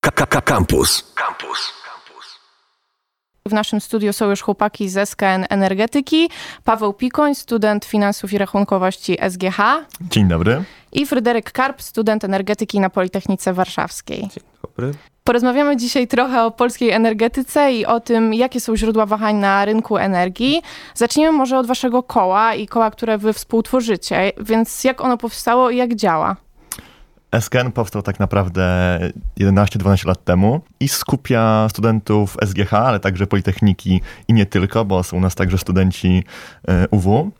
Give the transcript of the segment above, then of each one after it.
Campus. W naszym studiu są już chłopaki z SKN Energetyki. Paweł Pikoń, student finansów i rachunkowości SGH. Dzień dobry. I Fryderyk Karp, student energetyki na Politechnice Warszawskiej. Dzień dobry. Porozmawiamy dzisiaj trochę o polskiej energetyce i o tym, jakie są źródła wahań na rynku energii. Zacznijmy może od waszego koła i koła, które wy współtworzycie. Więc jak ono powstało i jak działa? SKN powstał tak naprawdę 11-12 lat temu i skupia studentów SGH, ale także Politechniki i nie tylko, bo są u nas także studenci UW.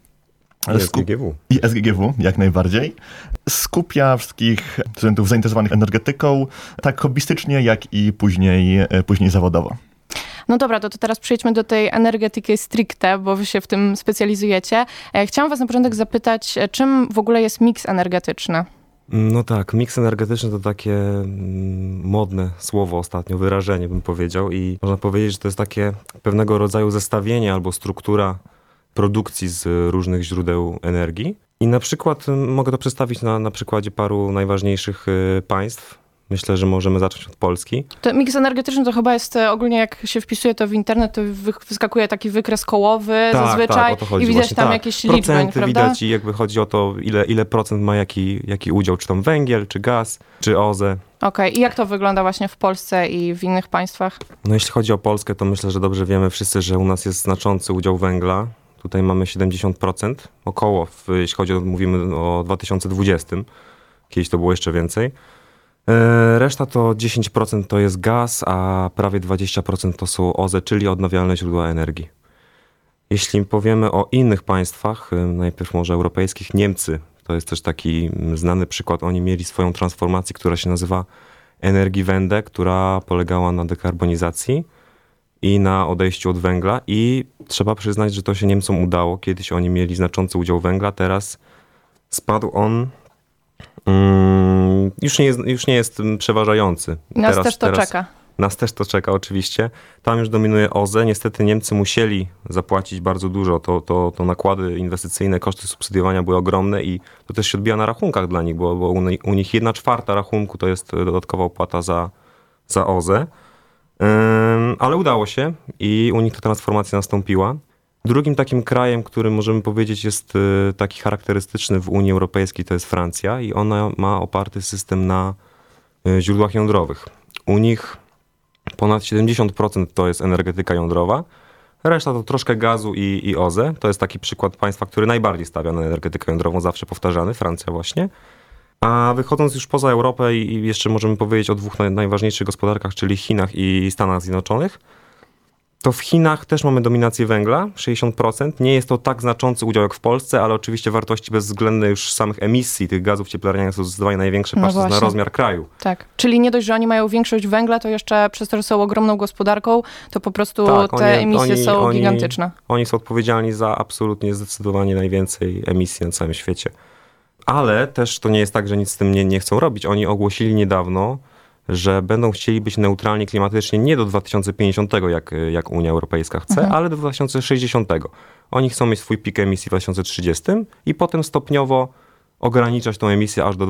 I SGGW, jak najbardziej. Skupia wszystkich studentów zainteresowanych energetyką, tak hobbystycznie, jak i później zawodowo. No dobra, to teraz przejdźmy do tej energetyki stricte, bo wy się w tym specjalizujecie. Chciałam was na początek zapytać, czym w ogóle jest miks energetyczny? No tak, miks energetyczny to takie modne słowo ostatnio, wyrażenie bym powiedział i można powiedzieć, że to jest takie pewnego rodzaju zestawienie albo struktura produkcji z różnych źródeł energii. I na przykład mogę to przedstawić na przykładzie paru najważniejszych państw. Myślę, że możemy zacząć od Polski. To miks energetyczny to chyba jest ogólnie, jak się wpisuje to w internet, to wyskakuje taki wykres kołowy zazwyczaj tak, o to chodzi. I widać właśnie, tam tak. jakieś liczby, procenty prawda? Widać i jakby chodzi o to, ile procent ma jaki udział, czy tam węgiel, czy gaz, czy OZE. Okej, i jak to wygląda właśnie w Polsce i w innych państwach? No jeśli chodzi o Polskę, to myślę, że dobrze wiemy wszyscy, że u nas jest znaczący udział węgla. Tutaj mamy 70%, około, jeśli chodzi mówimy o 2020. Kiedyś to było jeszcze więcej. Reszta to 10% to jest gaz, a prawie 20% to są OZE, czyli odnawialne źródła energii. Jeśli powiemy o innych państwach, najpierw może europejskich, Niemcy, to jest też taki znany przykład. Oni mieli swoją transformację, która się nazywa Energiewende, która polegała na dekarbonizacji i na odejściu od węgla i trzeba przyznać, że to się Niemcom udało. Kiedyś oni mieli znaczący udział węgla, teraz spadł on. Już nie jest przeważający. Nas też to czeka. Nas też to czeka oczywiście. Tam już dominuje OZE. Niestety Niemcy musieli zapłacić bardzo dużo. To nakłady inwestycyjne, koszty subsydiowania były ogromne i to też się odbija na rachunkach dla nich, bo u nich 1/4 rachunku to jest dodatkowa opłata za OZE. Ale udało się i u nich ta transformacja nastąpiła. Drugim takim krajem, który możemy powiedzieć jest taki charakterystyczny w Unii Europejskiej, to jest Francja i ona ma oparty system na źródłach jądrowych. U nich ponad 70% to jest energetyka jądrowa, reszta to troszkę gazu i OZE. To jest taki przykład państwa, który najbardziej stawia na energetykę jądrową, zawsze powtarzany, Francja właśnie. A wychodząc już poza Europę i jeszcze możemy powiedzieć o dwóch najważniejszych gospodarkach, czyli Chinach i Stanach Zjednoczonych, to w Chinach też mamy dominację węgla, 60%. Nie jest to tak znaczący udział jak w Polsce, ale oczywiście wartości bezwzględne już samych emisji tych gazów cieplarnianych są zdecydowanie największe, patrząc na rozmiar kraju. Tak, czyli nie dość, że oni mają większość węgla, to jeszcze przez to, że są ogromną gospodarką, to po prostu emisje są gigantyczne. Oni są odpowiedzialni za absolutnie zdecydowanie najwięcej emisji na całym świecie. Ale też to nie jest tak, że nic z tym nie chcą robić. Oni ogłosili niedawno, że będą chcieli być neutralni klimatycznie nie do 2050, jak Unia Europejska chce, ale do 2060. Oni chcą mieć swój pik emisji w 2030 i potem stopniowo ograniczać tą emisję aż do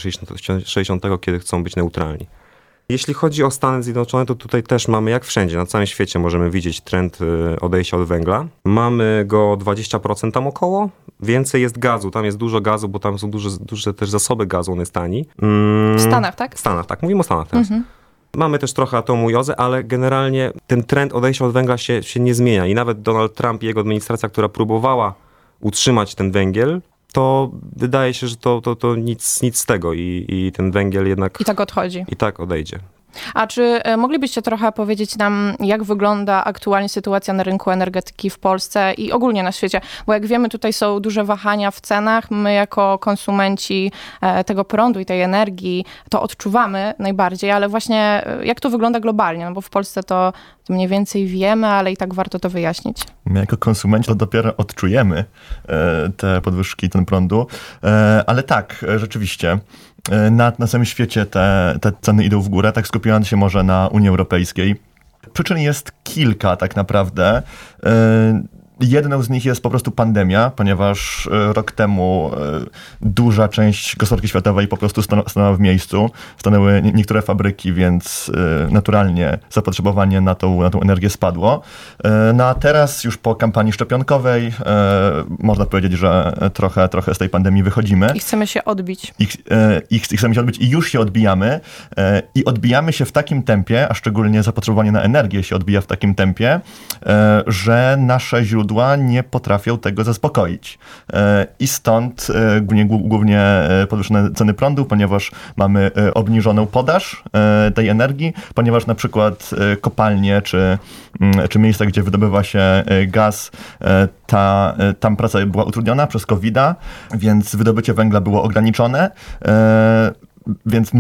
2060, kiedy chcą być neutralni. Jeśli chodzi o Stany Zjednoczone, to tutaj też mamy, jak wszędzie, na całym świecie możemy widzieć trend odejścia od węgla. Mamy go 20% tam około. Więcej jest gazu, tam jest dużo gazu, bo tam są duże też zasoby gazu, on jest tani. W Stanach, tak? W Stanach, tak. Mówimy o Stanach teraz. Mamy też trochę atomu i OZE, ale generalnie ten trend odejścia od węgla się nie zmienia. I nawet Donald Trump i jego administracja, która próbowała utrzymać ten węgiel, to wydaje się, że to nic z tego i ten węgiel jednak... I tak odchodzi. I tak odejdzie. A czy moglibyście trochę powiedzieć nam, jak wygląda aktualnie sytuacja na rynku energetyki w Polsce i ogólnie na świecie? Bo jak wiemy, tutaj są duże wahania w cenach. My jako konsumenci tego prądu i tej energii to odczuwamy najbardziej, ale właśnie jak to wygląda globalnie? No bo w Polsce to mniej więcej wiemy, ale i tak warto to wyjaśnić. My jako konsumenci to dopiero odczujemy te podwyżki ten prądu, ale tak, rzeczywiście. Na całym świecie te ceny idą w górę, tak skupiając się może na Unii Europejskiej. Przyczyn jest kilka tak naprawdę. Jedną z nich jest po prostu pandemia, ponieważ rok temu duża część gospodarki światowej po prostu stanęła w miejscu. Stanęły niektóre fabryki, więc naturalnie zapotrzebowanie na tą energię spadło. No a teraz już po kampanii szczepionkowej można powiedzieć, że trochę z tej pandemii wychodzimy. I chcemy się odbić. Chcemy się odbić i już się odbijamy. I odbijamy się w takim tempie, a szczególnie zapotrzebowanie na energię się odbija w takim tempie, że nasze źródła nie potrafią tego zaspokoić. I stąd głównie podwyższone ceny prądu, ponieważ mamy obniżoną podaż tej energii, ponieważ na przykład kopalnie czy miejsca, gdzie wydobywa się gaz, tam praca była utrudniona przez COVID-a, więc wydobycie węgla było ograniczone. Więc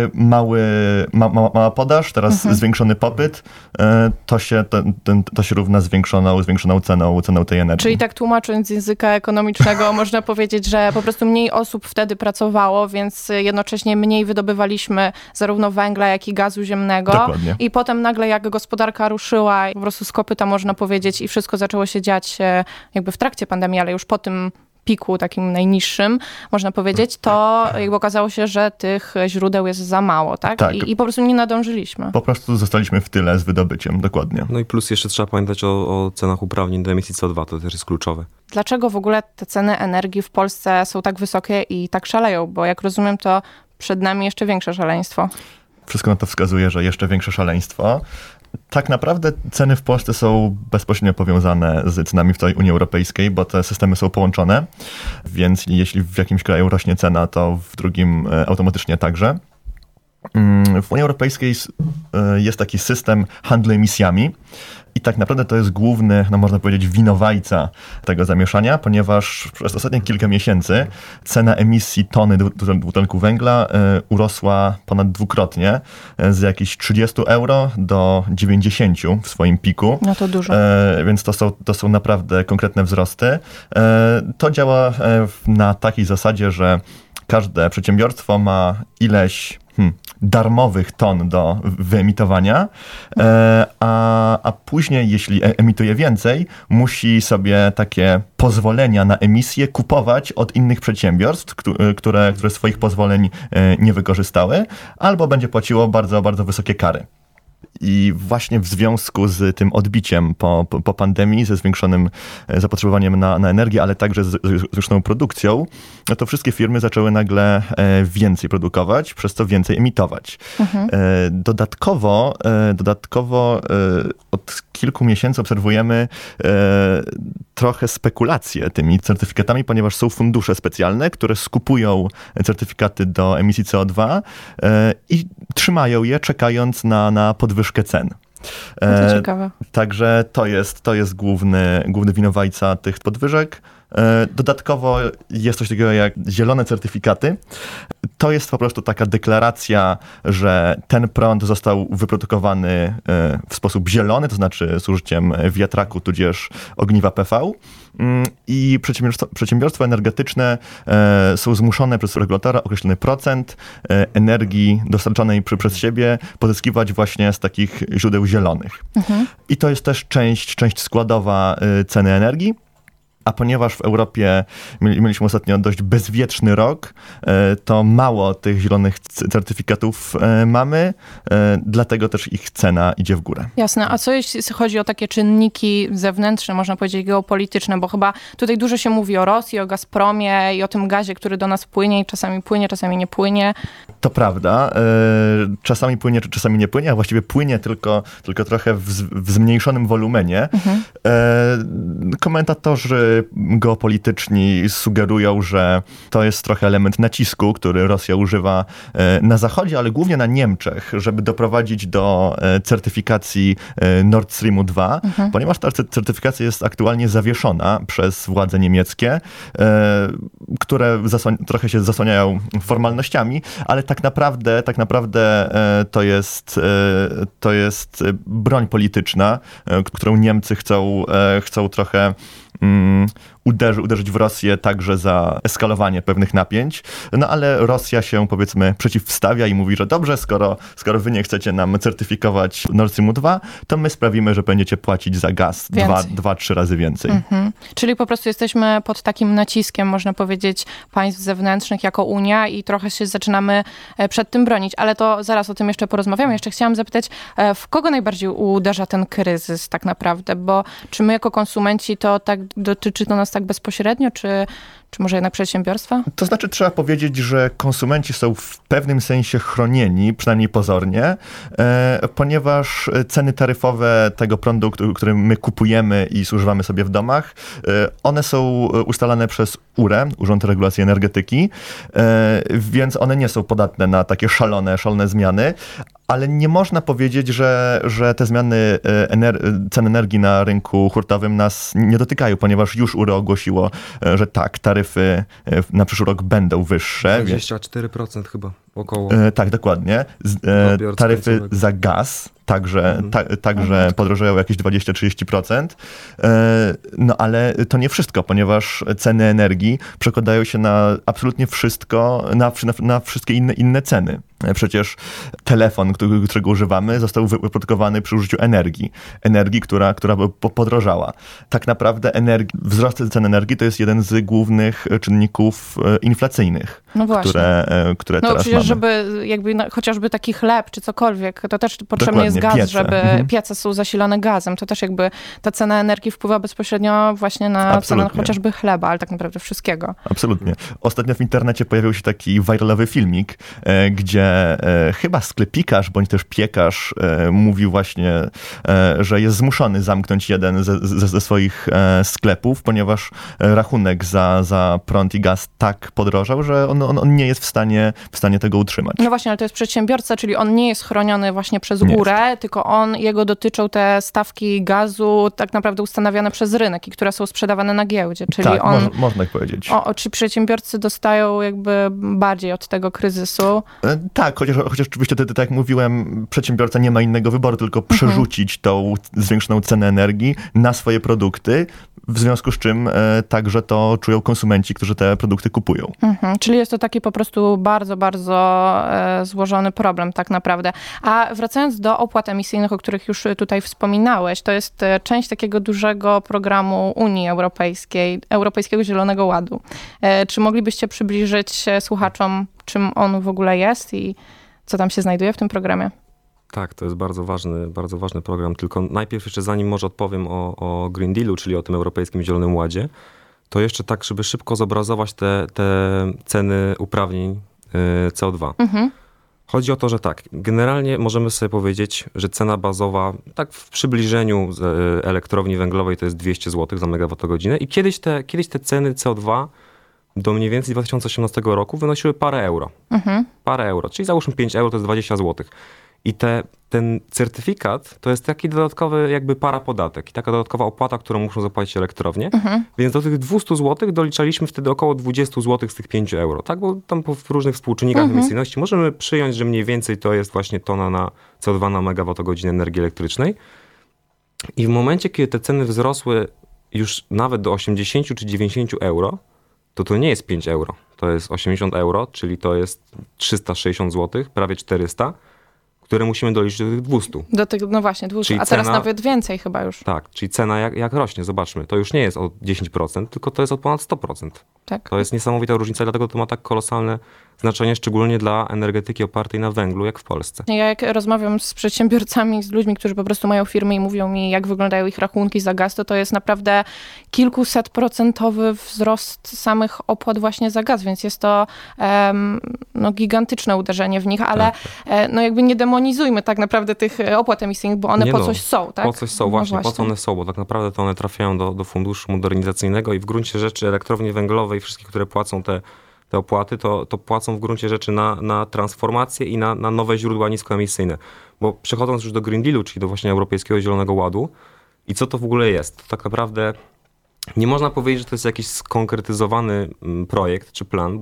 mała podaż, teraz zwiększony popyt, to się równa zwiększoną ceną tej energii. Czyli tak tłumacząc z języka ekonomicznego, można powiedzieć, że po prostu mniej osób wtedy pracowało, więc jednocześnie mniej wydobywaliśmy zarówno węgla, jak i gazu ziemnego. Dokładnie. I potem nagle jak gospodarka ruszyła, po prostu z kopyta można powiedzieć i wszystko zaczęło się dziać jakby w trakcie pandemii, ale już po tym piku takim najniższym, można powiedzieć, to jakby okazało się, że tych źródeł jest za mało, tak? Tak. I po prostu nie nadążyliśmy. Po prostu zostaliśmy w tyle z wydobyciem, dokładnie. No i plus jeszcze trzeba pamiętać o cenach uprawnień do emisji CO2, to też jest kluczowe. Dlaczego w ogóle te ceny energii w Polsce są tak wysokie i tak szaleją? Bo jak rozumiem, to przed nami jeszcze większe szaleństwo. Wszystko na to wskazuje, że jeszcze większe szaleństwo. Tak naprawdę ceny w Polsce są bezpośrednio powiązane z cenami w całej Unii Europejskiej, bo te systemy są połączone, więc jeśli w jakimś kraju rośnie cena, to w drugim automatycznie także. W Unii Europejskiej jest taki system handlu emisjami i tak naprawdę to jest główny, można powiedzieć, winowajca tego zamieszania, ponieważ przez ostatnie kilka miesięcy cena emisji tony dwutlenku węgla urosła ponad dwukrotnie, z jakichś 30 euro do 90 w swoim piku. No to dużo. Więc to są naprawdę konkretne wzrosty. To działa na takiej zasadzie, że każde przedsiębiorstwo ma ileś darmowych ton do wyemitowania, a później, jeśli emituje więcej, musi sobie takie pozwolenia na emisję kupować od innych przedsiębiorstw, które swoich pozwoleń nie wykorzystały, albo będzie płaciło bardzo, bardzo wysokie kary. I właśnie w związku z tym odbiciem po pandemii, ze zwiększonym zapotrzebowaniem na energię, ale także z zwiększoną produkcją, no to wszystkie firmy zaczęły nagle więcej produkować, przez co więcej emitować. Dodatkowo od kilku miesięcy obserwujemy trochę spekulacje tymi certyfikatami, ponieważ są fundusze specjalne, które skupują certyfikaty do emisji CO2 i trzymają je, czekając na podwyżkę cen. No to ciekawe. Także to jest główny winowajca tych podwyżek. Dodatkowo jest coś takiego jak zielone certyfikaty. To jest po prostu taka deklaracja, że ten prąd został wyprodukowany w sposób zielony, to znaczy z użyciem wiatraku tudzież ogniwa PV. I przedsiębiorstwa energetyczne są zmuszone przez regulatora określony procent energii dostarczanej przez siebie pozyskiwać właśnie z takich źródeł zielonych. I to jest też część składowa ceny energii. A ponieważ w Europie mieliśmy ostatnio dość bezwietrzny rok, to mało tych zielonych certyfikatów mamy, dlatego też ich cena idzie w górę. Jasne. A co jeśli chodzi o takie czynniki zewnętrzne, można powiedzieć geopolityczne, bo chyba tutaj dużo się mówi o Rosji, o Gazpromie i o tym gazie, który do nas płynie, czasami nie płynie. To prawda. Czasami płynie, czasami nie płynie, a właściwie płynie tylko trochę w zmniejszonym wolumenie. Komentatorzy geopolityczni sugerują, że to jest trochę element nacisku, który Rosja używa na Zachodzie, ale głównie na Niemczech, żeby doprowadzić do certyfikacji Nord Streamu 2, ponieważ ta certyfikacja jest aktualnie zawieszona przez władze niemieckie, które trochę się zasłaniają formalnościami, ale tak naprawdę to jest broń polityczna, którą Niemcy chcą trochę uderzyć w Rosję także za eskalowanie pewnych napięć, no ale Rosja się, powiedzmy, przeciwstawia i mówi, że dobrze, skoro wy nie chcecie nam certyfikować Nord Streamu 2, to my sprawimy, że będziecie płacić za gaz 2-3 razy więcej. Czyli po prostu jesteśmy pod takim naciskiem, można powiedzieć, państw zewnętrznych jako Unia i trochę się zaczynamy przed tym bronić, ale to zaraz o tym jeszcze porozmawiamy. Jeszcze chciałam zapytać, w kogo najbardziej uderza ten kryzys tak naprawdę, bo czy my jako konsumenci to tak dotyczy to nas tak bezpośrednio, czy może jednak przedsiębiorstwa? To znaczy trzeba powiedzieć, że konsumenci są w pewnym sensie chronieni, przynajmniej pozornie, ponieważ ceny taryfowe tego prądu, który my kupujemy i zużywamy sobie w domach, one są ustalane przez URE, Urząd Regulacji Energetyki, więc one nie są podatne na takie szalone zmiany, ale nie można powiedzieć, że te zmiany cen energii na rynku hurtowym nas nie dotykają, ponieważ już URE ogłosiło, że tak, taryfy na przyszły rok będą wyższe. 24% chyba około. Tak, dokładnie. Taryfy za gaz także podrożeją jakieś 20-30%. No ale to nie wszystko, ponieważ ceny energii przekładają się na absolutnie wszystko, na wszystkie inne ceny. Przecież telefon, którego używamy, został wyprodukowany przy użyciu energii, która podrożała. Tak naprawdę wzrost cen energii to jest jeden z głównych czynników inflacyjnych, które teraz przecież mamy. Żeby chociażby taki chleb czy cokolwiek, to też potrzebny jest gaz, piece. żeby piece są zasilane gazem. To też jakby ta cena energii wpływa bezpośrednio właśnie na cenę chociażby chleba, ale tak naprawdę wszystkiego. Absolutnie. Ostatnio w internecie pojawił się taki viralowy filmik, gdzie chyba sklepikarz bądź też piekarz mówił właśnie, że jest zmuszony zamknąć jeden ze swoich sklepów, ponieważ rachunek za prąd i gaz tak podrożał, że on nie jest w stanie tego utrzymać. No właśnie, ale to jest przedsiębiorca, czyli on nie jest chroniony właśnie przez URE, tylko jego dotyczą te stawki gazu tak naprawdę ustanawiane przez rynek i które są sprzedawane na giełdzie. Czyli tak, można tak powiedzieć. Czy przedsiębiorcy dostają jakby bardziej od tego kryzysu? Tak, chociaż oczywiście, tak jak mówiłem, przedsiębiorca nie ma innego wyboru, tylko przerzucić tą zwiększoną cenę energii na swoje produkty, w związku z czym także to czują konsumenci, którzy te produkty kupują. Czyli jest to taki po prostu bardzo, bardzo złożony problem tak naprawdę. A wracając do opłat emisyjnych, o których już tutaj wspominałeś, to jest część takiego dużego programu Unii Europejskiej, Europejskiego Zielonego Ładu. Czy moglibyście przybliżyć słuchaczom, czym on w ogóle jest i co tam się znajduje w tym programie? Tak, to jest bardzo ważny program. Tylko najpierw jeszcze zanim może odpowiem o Green Dealu, czyli o tym Europejskim Zielonym Ładzie, to jeszcze tak, żeby szybko zobrazować te ceny uprawnień CO2. Chodzi o to, że tak, generalnie możemy sobie powiedzieć, że cena bazowa, tak w przybliżeniu elektrowni węglowej to jest 200 zł za megawattogodzinę i kiedyś te ceny CO2 do mniej więcej 2018 roku wynosiły parę euro. Parę euro, czyli załóżmy 5 euro to jest 20 zł. I ten certyfikat to jest taki dodatkowy jakby parapodatek i taka dodatkowa opłata, którą muszą zapłacić elektrownie. Więc do tych 200 zł doliczaliśmy wtedy około 20 zł z tych 5 euro, tak? Bo tam w różnych współczynnikach emisyjności możemy przyjąć, że mniej więcej to jest właśnie tona na CO2 na megawattogodzinę energii elektrycznej. I w momencie, kiedy te ceny wzrosły już nawet do 80 czy 90 euro, to nie jest 5 euro, to jest 80 euro, czyli to jest 360 zł, prawie 400, które musimy doliczyć do tych 200. Do tych, no właśnie, 200, czyli a teraz nawet więcej chyba już. Tak, czyli cena jak rośnie, zobaczmy, to już nie jest o 10%, tylko to jest o ponad 100%. Tak. To jest niesamowita różnica, dlatego to ma tak kolosalne znaczenie, szczególnie dla energetyki opartej na węglu, jak w Polsce. Ja jak rozmawiam z przedsiębiorcami, z ludźmi, którzy po prostu mają firmy i mówią mi, jak wyglądają ich rachunki za gaz, to jest naprawdę kilkusetprocentowy wzrost samych opłat właśnie za gaz, więc jest to gigantyczne uderzenie w nich, ale jakby nie demonizujmy tak naprawdę tych opłat emisyjnych, bo one coś są, tak? Po coś są, właśnie, po co one są, bo tak naprawdę to one trafiają do funduszu modernizacyjnego i w gruncie rzeczy elektrownie węglowe i wszystkie, które płacą te opłaty, to płacą w gruncie rzeczy na transformację i na nowe źródła niskoemisyjne. Bo przechodząc już do Green Dealu, czyli do właśnie Europejskiego Zielonego Ładu i co to w ogóle jest? To tak naprawdę nie można powiedzieć, że to jest jakiś skonkretyzowany projekt czy plan, bo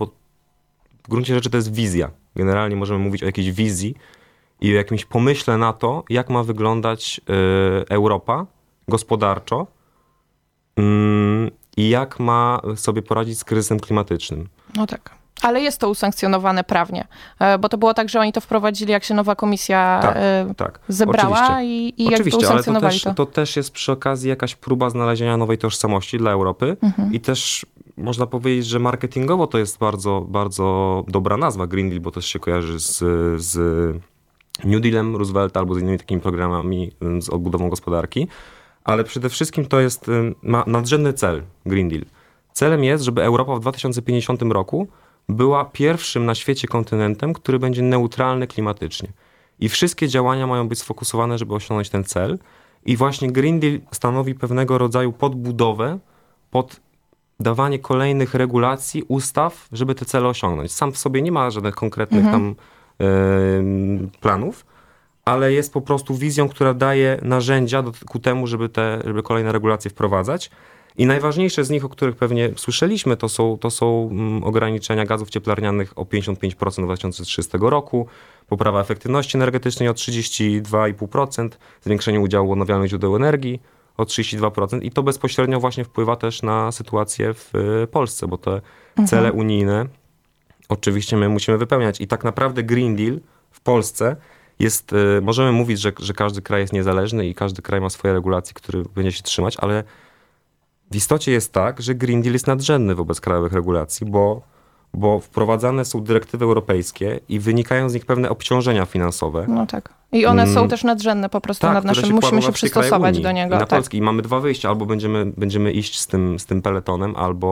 w gruncie rzeczy to jest wizja. Generalnie możemy mówić o jakiejś wizji i o jakimś pomyśle na to, jak ma wyglądać Europa gospodarczo i jak ma sobie poradzić z kryzysem klimatycznym. No tak. Ale jest to usankcjonowane prawnie, bo to było tak, że oni to wprowadzili, jak się nowa komisja zebrała i jakby usankcjonowali ale to też jest przy okazji jakaś próba znalezienia nowej tożsamości dla Europy i też można powiedzieć, że marketingowo to jest bardzo, bardzo dobra nazwa Green Deal, bo też się kojarzy z New Dealem Roosevelta albo z innymi takimi programami z odbudową gospodarki, ale przede wszystkim to jest, ma nadrzędny cel Green Deal. Celem jest, żeby Europa w 2050 roku była pierwszym na świecie kontynentem, który będzie neutralny klimatycznie. I wszystkie działania mają być sfokusowane, żeby osiągnąć ten cel. I właśnie Green Deal stanowi pewnego rodzaju podbudowę pod dawanie kolejnych regulacji, ustaw, żeby te cele osiągnąć. Sam w sobie nie ma żadnych konkretnych tam planów, ale jest po prostu wizją, która daje narzędzia ku temu, żeby kolejne regulacje wprowadzać. I najważniejsze z nich, o których pewnie słyszeliśmy, to są ograniczenia gazów cieplarnianych o 55% do 2030 roku, poprawa efektywności energetycznej o 32,5%, zwiększenie udziału odnawialnych źródeł energii o 32% i to bezpośrednio właśnie wpływa też na sytuację w Polsce, bo te cele unijne oczywiście my musimy wypełniać i tak naprawdę Green Deal w Polsce jest, możemy mówić, że każdy kraj jest niezależny i każdy kraj ma swoje regulacje, które będzie się trzymać, ale w istocie jest tak, że Green Deal jest nadrzędny wobec krajowych regulacji, bo wprowadzane są dyrektywy europejskie i wynikają z nich pewne obciążenia finansowe. No tak. I one są też nadrzędne po prostu nad naszym, musimy się przystosować do niego. I na Polski. I mamy dwa wyjścia, albo będziemy iść z tym peletonem,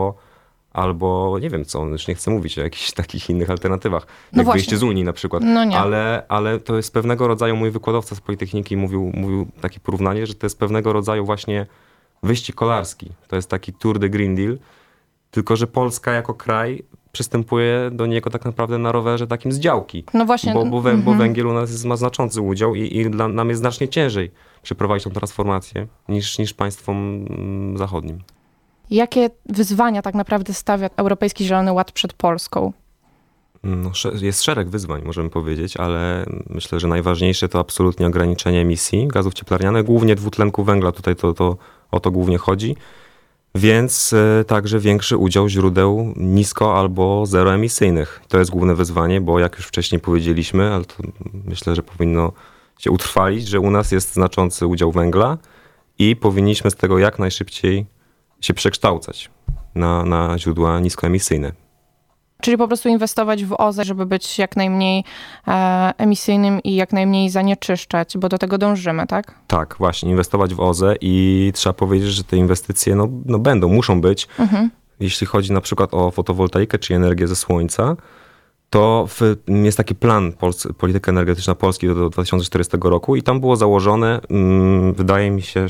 albo nie wiem co, już nie chcę mówić o jakichś takich innych alternatywach, jak wyjście z Unii na przykład. No nie. Ale to jest pewnego rodzaju, mój wykładowca z Politechniki mówił takie porównanie, że to jest pewnego rodzaju właśnie wyścig kolarski. To jest taki Tour de Green Deal, tylko że Polska jako kraj przystępuje do niego tak naprawdę na rowerze takim z działki. No właśnie. Bo węgiel u nas ma znaczący udział i nam jest znacznie ciężej przeprowadzić tą transformację niż państwom zachodnim. Jakie wyzwania tak naprawdę stawia Europejski Zielony Ład przed Polską? No, jest szereg wyzwań, możemy powiedzieć, ale myślę, że najważniejsze to absolutnie ograniczenie emisji gazów cieplarnianych, głównie dwutlenku węgla, tutaj o to głównie chodzi, więc także większy udział źródeł nisko albo zeroemisyjnych. To jest główne wyzwanie, bo jak już wcześniej powiedzieliśmy, ale to myślę, że powinno się utrwalić, że u nas jest znaczący udział węgla i powinniśmy z tego jak najszybciej się przekształcać na źródła niskoemisyjne. Czyli po prostu inwestować w OZE, żeby być jak najmniej emisyjnym i jak najmniej zanieczyszczać, bo do tego dążymy, tak? Tak, właśnie, inwestować w OZE i trzeba powiedzieć, że te inwestycje muszą być. Jeśli chodzi na przykład o fotowoltaikę czy energię ze słońca, to jest taki plan polityka energetyczna Polski do 2040 roku i tam było założone, wydaje mi się,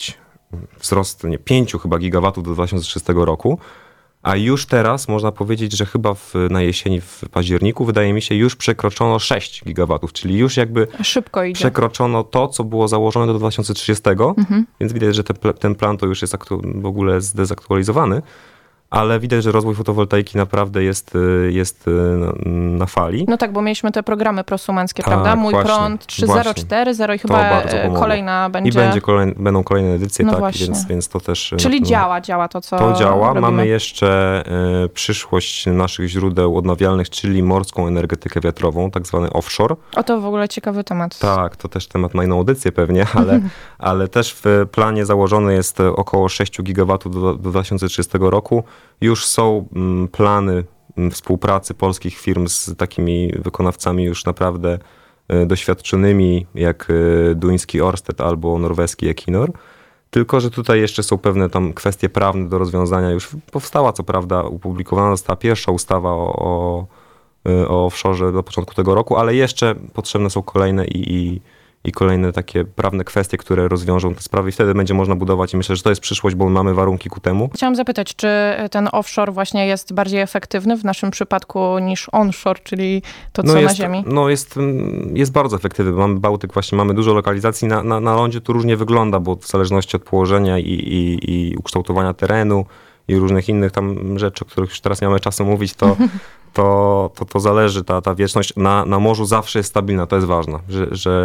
5 chyba gigawatów do 2030 roku. A już teraz można powiedzieć, że chyba na jesieni, w październiku, wydaje mi się, już przekroczono 6 gigawatów, czyli już jakby szybko idzie. Przekroczono to, co było założone do 2030, więc widać, że ten plan to już jest w ogóle zdezaktualizowany, ale widać, że rozwój fotowoltaiki naprawdę jest na fali. No tak, bo mieliśmy te programy prosumenckie, prawda? Mój właśnie, prąd 3.0, 4.0 i chyba kolejna będzie. I będą kolejne edycje, no tak, więc to też... Czyli działa to, co to działa. robimy. Mamy jeszcze przyszłość naszych źródeł odnawialnych, czyli morską energetykę wiatrową, tak zwany offshore. O, to w ogóle ciekawy temat. Tak, to też temat na inną audycję pewnie, ale też w planie założone jest około 6 gigawatów do 2030 roku. Już są plany współpracy polskich firm z takimi wykonawcami już naprawdę doświadczonymi, jak duński Ørsted albo norweski Equinor. Tylko że tutaj jeszcze są pewne tam kwestie prawne do rozwiązania. Już powstała, co prawda, opublikowana została pierwsza ustawa o offshore do początku tego roku, ale jeszcze potrzebne są kolejne i kolejne takie prawne kwestie, które rozwiążą te sprawy i wtedy będzie można budować i myślę, że to jest przyszłość, bo mamy warunki ku temu. Chciałam zapytać, czy ten offshore właśnie jest bardziej efektywny w naszym przypadku niż onshore, czyli to, co na ziemi? Jest bardzo efektywny. Mamy Bałtyk, właśnie mamy dużo lokalizacji. Na lądzie to różnie wygląda, bo w zależności od położenia i ukształtowania terenu i różnych innych tam rzeczy, o których już teraz nie mamy czasu mówić, to zależy. Ta wieczność na morzu zawsze jest stabilna, to jest ważne, że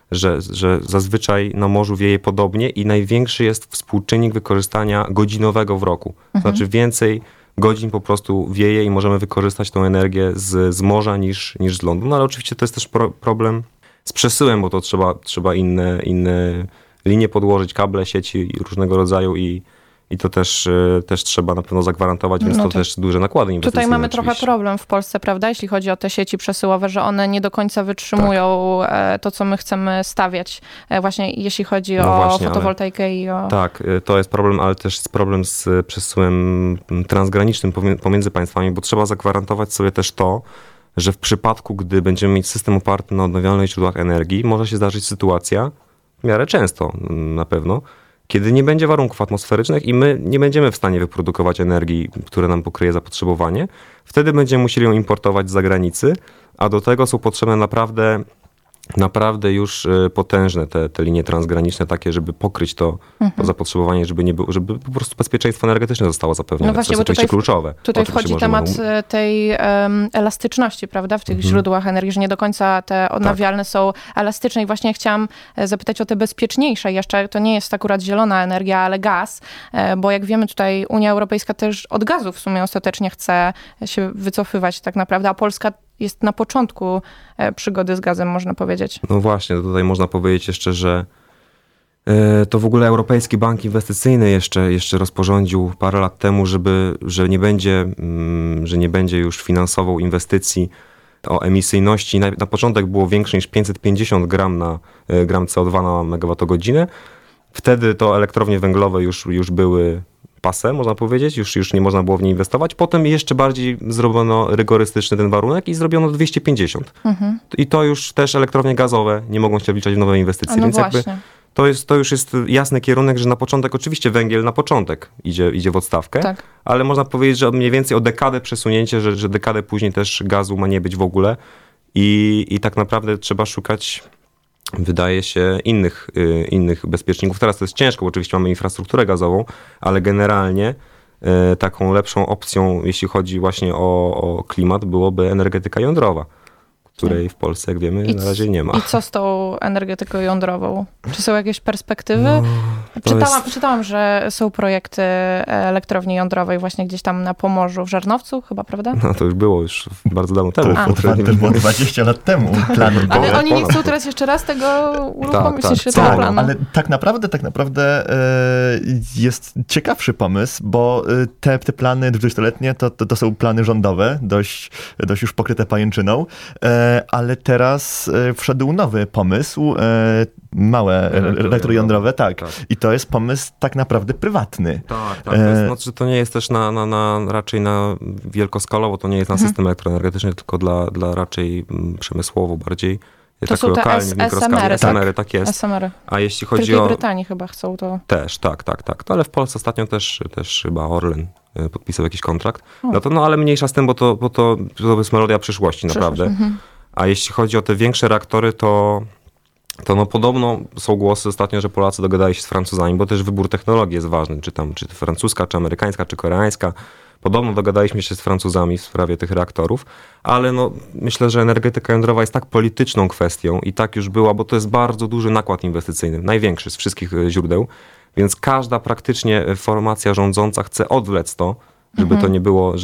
że zazwyczaj na morzu wieje podobnie i największy jest współczynnik wykorzystania godzinowego w roku. To znaczy więcej godzin po prostu wieje i możemy wykorzystać tą energię z morza niż z lądu. No ale oczywiście to jest też problem z przesyłem, bo to trzeba inne linie podłożyć, kable, sieci różnego rodzaju i to też trzeba na pewno zagwarantować, więc to też duże nakłady inwestycyjne. Tutaj mamy trochę problem w Polsce, prawda, jeśli chodzi o te sieci przesyłowe, że one nie do końca wytrzymują to, co my chcemy stawiać, właśnie jeśli chodzi o fotowoltaikę i o... Tak, to jest problem, ale też jest problem z przesyłem transgranicznym pomiędzy państwami, bo trzeba zagwarantować sobie też to, że w przypadku, gdy będziemy mieć system oparty na odnawialnych źródłach energii, może się zdarzyć sytuacja, w miarę często na pewno, kiedy nie będzie warunków atmosferycznych i my nie będziemy w stanie wyprodukować energii, która nam pokryje zapotrzebowanie, wtedy będziemy musieli ją importować z zagranicy, a do tego są potrzebne naprawdę już potężne te linie transgraniczne takie, żeby pokryć to zapotrzebowanie, żeby po prostu bezpieczeństwo energetyczne zostało zapewnione. No właśnie, to jest oczywiście kluczowe. Tutaj wchodzi temat tej elastyczności, prawda, w tych źródłach energii, że nie do końca te odnawialne są elastyczne i właśnie chciałam zapytać o te bezpieczniejsze. Jeszcze to nie jest akurat zielona energia, ale gaz, bo jak wiemy tutaj Unia Europejska też od gazu w sumie ostatecznie chce się wycofywać tak naprawdę, a Polska jest na początku przygody z gazem, można powiedzieć. No właśnie, tutaj można powiedzieć jeszcze, że to w ogóle Europejski Bank Inwestycyjny jeszcze rozporządził parę lat temu, że nie będzie już finansował inwestycji o emisyjności. Na początek było większe niż 550 gram CO2 na megawattogodzinę. Wtedy to elektrownie węglowe już były passé, można powiedzieć, już nie można było w nie inwestować. Potem jeszcze bardziej zrobiono rygorystyczny ten warunek i zrobiono 250. I to już też elektrownie gazowe nie mogą się wliczać w nowe inwestycje. No więc właśnie. to już jest jasny kierunek, że na początek, oczywiście węgiel na początek idzie w odstawkę, tak, ale można powiedzieć, że mniej więcej o dekadę przesunięcie, że dekadę później też gazu ma nie być w ogóle i tak naprawdę trzeba szukać, wydaje się, innych bezpieczników. Teraz to jest ciężko, bo oczywiście mamy infrastrukturę gazową, ale generalnie taką lepszą opcją, jeśli chodzi właśnie o klimat, byłoby energetyka jądrowa, której w Polsce, jak wiemy, na razie nie ma. I co z tą energetyką jądrową? Czy są jakieś perspektywy? Czytałam, że są projekty elektrowni jądrowej właśnie gdzieś tam na Pomorzu, w Żarnowcu chyba, prawda? No to już było bardzo dawno temu. To było 20 lat temu. Ale oni nie chcą teraz jeszcze raz tego uruchomić, tego planu. Ale tak naprawdę jest ciekawszy pomysł, bo te plany 20-letnie to są plany rządowe, dość już pokryte pajęczyną, ale teraz wszedł nowy pomysł, małe reaktory jądrowe, tak. I to jest pomysł tak naprawdę prywatny. Tak. To nie jest też raczej na wielkoskalowo, to nie jest na system elektroenergetyczny, tylko dla raczej przemysłowo bardziej. To są te SMR-y, tak jest. SMR-y. A jeśli chodzi Tylko w Brytanii chyba chcą to. Też, tak. No, ale w Polsce ostatnio też chyba Orlen podpisał jakiś kontrakt. Ale mniejsza z tym, bo to jest melodia przyszłości naprawdę. A jeśli chodzi o te większe reaktory, to podobno są głosy ostatnio, że Polacy dogadali się z Francuzami, bo też wybór technologii jest ważny, czy francuska, czy amerykańska, czy koreańska. Podobno dogadaliśmy się z Francuzami w sprawie tych reaktorów, ale myślę, że energetyka jądrowa jest tak polityczną kwestią i tak już była, bo to jest bardzo duży nakład inwestycyjny, największy z wszystkich źródeł, więc każda praktycznie formacja rządząca chce odwlec to, żeby to nie było,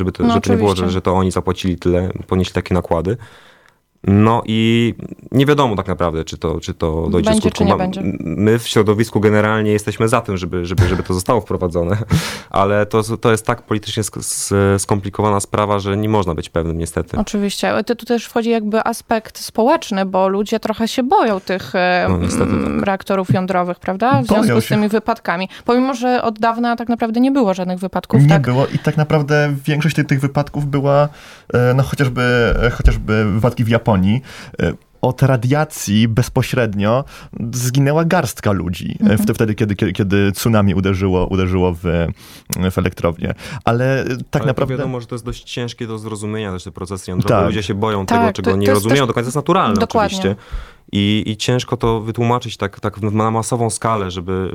że to oni zapłacili tyle, ponieśli takie nakłady. No i nie wiadomo tak naprawdę, czy to dojdzie do skutku. Czy nie będzie. My w środowisku generalnie jesteśmy za tym, żeby to zostało wprowadzone, ale to jest tak politycznie skomplikowana sprawa, że nie można być pewnym niestety. Oczywiście. Tu też wchodzi jakby aspekt społeczny, bo ludzie trochę się boją tych reaktorów jądrowych, prawda? W związku z tymi wypadkami. Pomimo, że od dawna tak naprawdę nie było żadnych wypadków. Nie było i tak naprawdę większość tych wypadków była chociażby wypadki w Japonii. Od radiacji bezpośrednio zginęła garstka ludzi wtedy, kiedy tsunami uderzyło w elektrownię. Ale tak naprawdę... wiadomo, że to jest dość ciężkie do zrozumienia też te procesy jądrowe. Tak. Ludzie się boją tego, czego nie rozumieją do końca. To jest naturalne oczywiście. I ciężko to wytłumaczyć tak na masową skalę,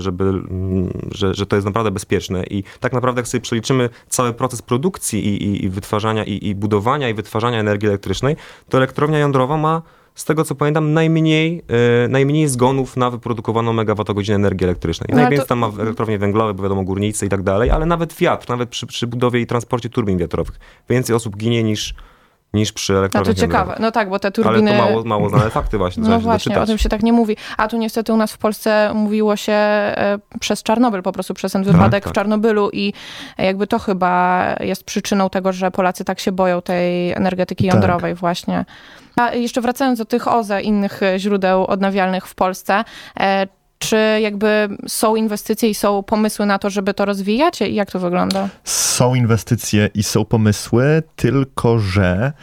że to jest naprawdę bezpieczne. I tak naprawdę jak sobie przeliczymy cały proces produkcji i wytwarzania i budowania i wytwarzania energii elektrycznej, to elektrownia jądrowa ma z tego co pamiętam, najmniej zgonów na wyprodukowaną megawattogodzinę energii elektrycznej. No, Najwięcej tam ma elektrownie węglowe, bo wiadomo, górnicy i tak dalej, ale nawet wiatr, nawet przy budowie i transporcie turbin wiatrowych. Więcej osób ginie niż przy elektrowniach to ciekawe. węglowych. No tak, bo te turbiny... Ale to mało znane fakty właśnie. No właśnie, o tym się tak nie mówi. A tu niestety u nas w Polsce mówiło się przez Czarnobyl, po prostu przez ten wypadek w Czarnobylu i jakby to chyba jest przyczyną tego, że Polacy tak się boją tej energetyki jądrowej właśnie. A jeszcze wracając do tych OZE, innych źródeł odnawialnych w Polsce, czy jakby są inwestycje i są pomysły na to, żeby to rozwijać? Jak to wygląda? Są inwestycje i są pomysły, tylko że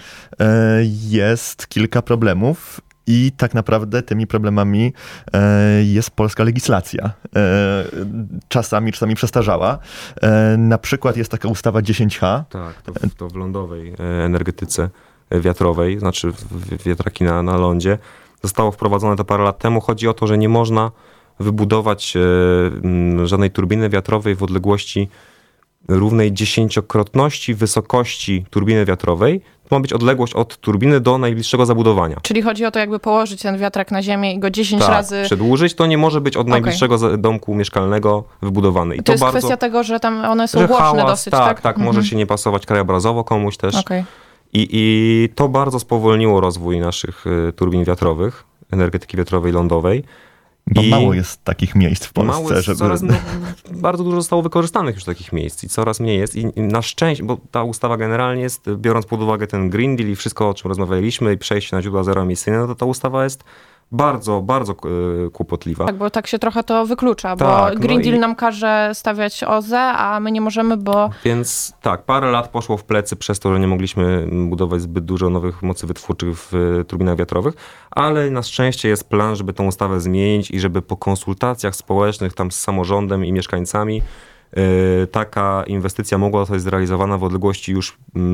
jest kilka problemów i tak naprawdę tymi problemami jest polska legislacja. Czasami przestarzała. Na przykład jest taka ustawa 10H. Tak, to w lądowej energetyce wiatrowej, znaczy wiatraki na lądzie. Zostało wprowadzone to parę lat temu. Chodzi o to, że nie można wybudować żadnej turbiny wiatrowej w odległości równej 10-krotności wysokości turbiny wiatrowej. To ma być odległość od turbiny do najbliższego zabudowania. Czyli chodzi o to, jakby położyć ten wiatrak na ziemię i go 10 razy... przedłużyć, to nie może być od najbliższego domku mieszkalnego wybudowany. I to jest kwestia tego, że tam one są głośne dosyć, tak? Tak, może się nie pasować krajobrazowo komuś też. Okay. I to bardzo spowolniło rozwój naszych turbin wiatrowych, energetyki wiatrowej lądowej. Bo mało jest takich miejsc w Polsce, żeby... Bardzo dużo zostało wykorzystanych już takich miejsc i coraz mniej jest. I na szczęście, bo ta ustawa generalnie jest, biorąc pod uwagę ten Green Deal i wszystko, o czym rozmawialiśmy i przejście na źródła zeroemisyjne, no to ta ustawa jest bardzo, bardzo kłopotliwa. Tak, bo tak się trochę to wyklucza, bo Green Deal nam każe stawiać OZE, a my nie możemy, bo... Więc tak, parę lat poszło w plecy przez to, że nie mogliśmy budować zbyt dużo nowych mocy wytwórczych w turbinach wiatrowych, ale na szczęście jest plan, żeby tą ustawę zmienić i żeby po konsultacjach społecznych tam z samorządem i mieszkańcami taka inwestycja mogła zostać zrealizowana w odległości już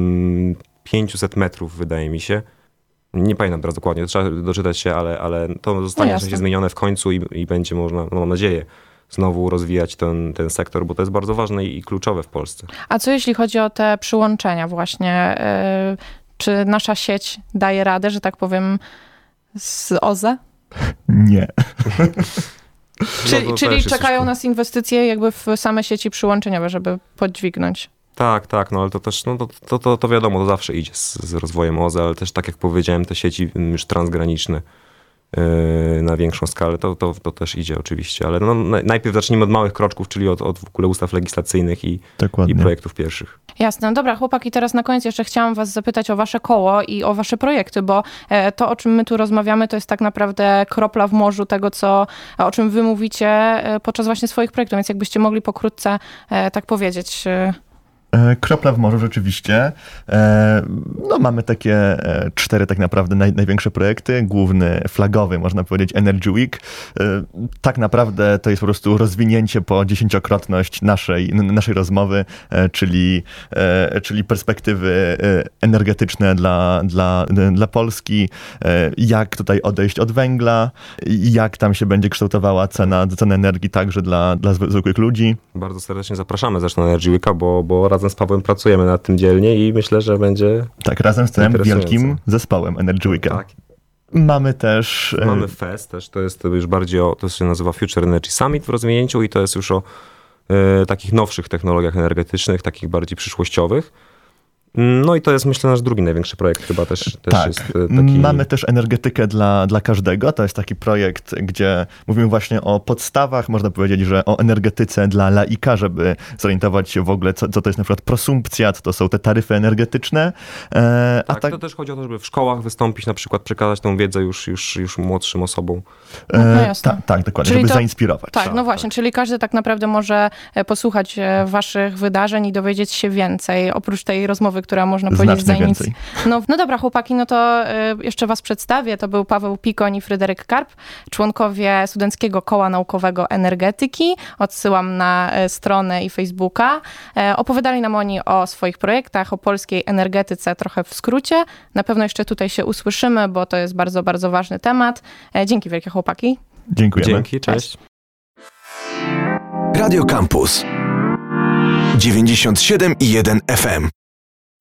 500 metrów, wydaje mi się. Nie pamiętam teraz dokładnie, trzeba doczytać się, ale to zostanie zmienione w końcu i będzie można, mam nadzieję, znowu rozwijać ten sektor, bo to jest bardzo ważne i kluczowe w Polsce. A co jeśli chodzi o te przyłączenia właśnie? Czy nasza sieć daje radę, że tak powiem, z OZE? Nie. Czyli czekają nas inwestycje jakby w same sieci przyłączeniowe, żeby podźwignąć? Tak, no ale to też, no to wiadomo, to zawsze idzie z rozwojem OZE, ale też tak jak powiedziałem, te sieci już transgraniczne na większą skalę, to też idzie oczywiście, ale no, najpierw zacznijmy od małych kroczków, czyli od w ogóle ustaw legislacyjnych i projektów pierwszych. Jasne. Dobra, chłopaki, teraz na koniec jeszcze chciałam was zapytać o wasze koło i o wasze projekty, bo to, o czym my tu rozmawiamy, to jest tak naprawdę kropla w morzu tego, o czym wy mówicie podczas właśnie swoich projektów, więc jakbyście mogli pokrótce tak powiedzieć... Kropla w morzu rzeczywiście. No, mamy takie 4 tak naprawdę największe projekty. Główny, flagowy, można powiedzieć, Energy Week. Tak naprawdę to jest po prostu rozwinięcie po 10-krotność naszej rozmowy, czyli perspektywy energetyczne dla Polski, jak tutaj odejść od węgla, jak tam się będzie kształtowała cena energii także dla zwykłych ludzi. Bardzo serdecznie zapraszamy zresztą na Energy Weeka, bo razem z Pawłem pracujemy nad tym dzielnie i myślę, że będzie razem z tym wielkim zespołem Energy Weeka. Tak. Mamy FES też, to jest już bardziej to się nazywa Future Energy Summit w rozwinięciu i to jest już o takich nowszych technologiach energetycznych, takich bardziej przyszłościowych. No i to jest, myślę, nasz drugi największy projekt chyba też jest taki... Mamy też energetykę dla każdego. To jest taki projekt, gdzie mówimy właśnie o podstawach, można powiedzieć, że o energetyce dla laika, żeby zorientować się w ogóle, co to jest na przykład prosumpcja, co to są te taryfy energetyczne. To też chodzi o to, żeby w szkołach wystąpić, na przykład przekazać tą wiedzę już młodszym osobom. Tak, dokładnie, czyli żeby zainspirować. Tak, no właśnie, czyli każdy tak naprawdę może posłuchać waszych wydarzeń i dowiedzieć się więcej, oprócz tej rozmowy, która można powiedzieć No dobra, chłopaki, no to jeszcze was przedstawię. To był Paweł Pikoń i Fryderyk Karp, członkowie Studenckiego Koła Naukowego Energetyki. Odsyłam na stronę i Facebooka. Opowiadali nam oni o swoich projektach, o polskiej energetyce trochę w skrócie. Na pewno jeszcze tutaj się usłyszymy, bo to jest bardzo, bardzo ważny temat. Dzięki wielkie, chłopaki. Dziękujemy. Dzięki, cześć. Radio Campus 97,1 FM.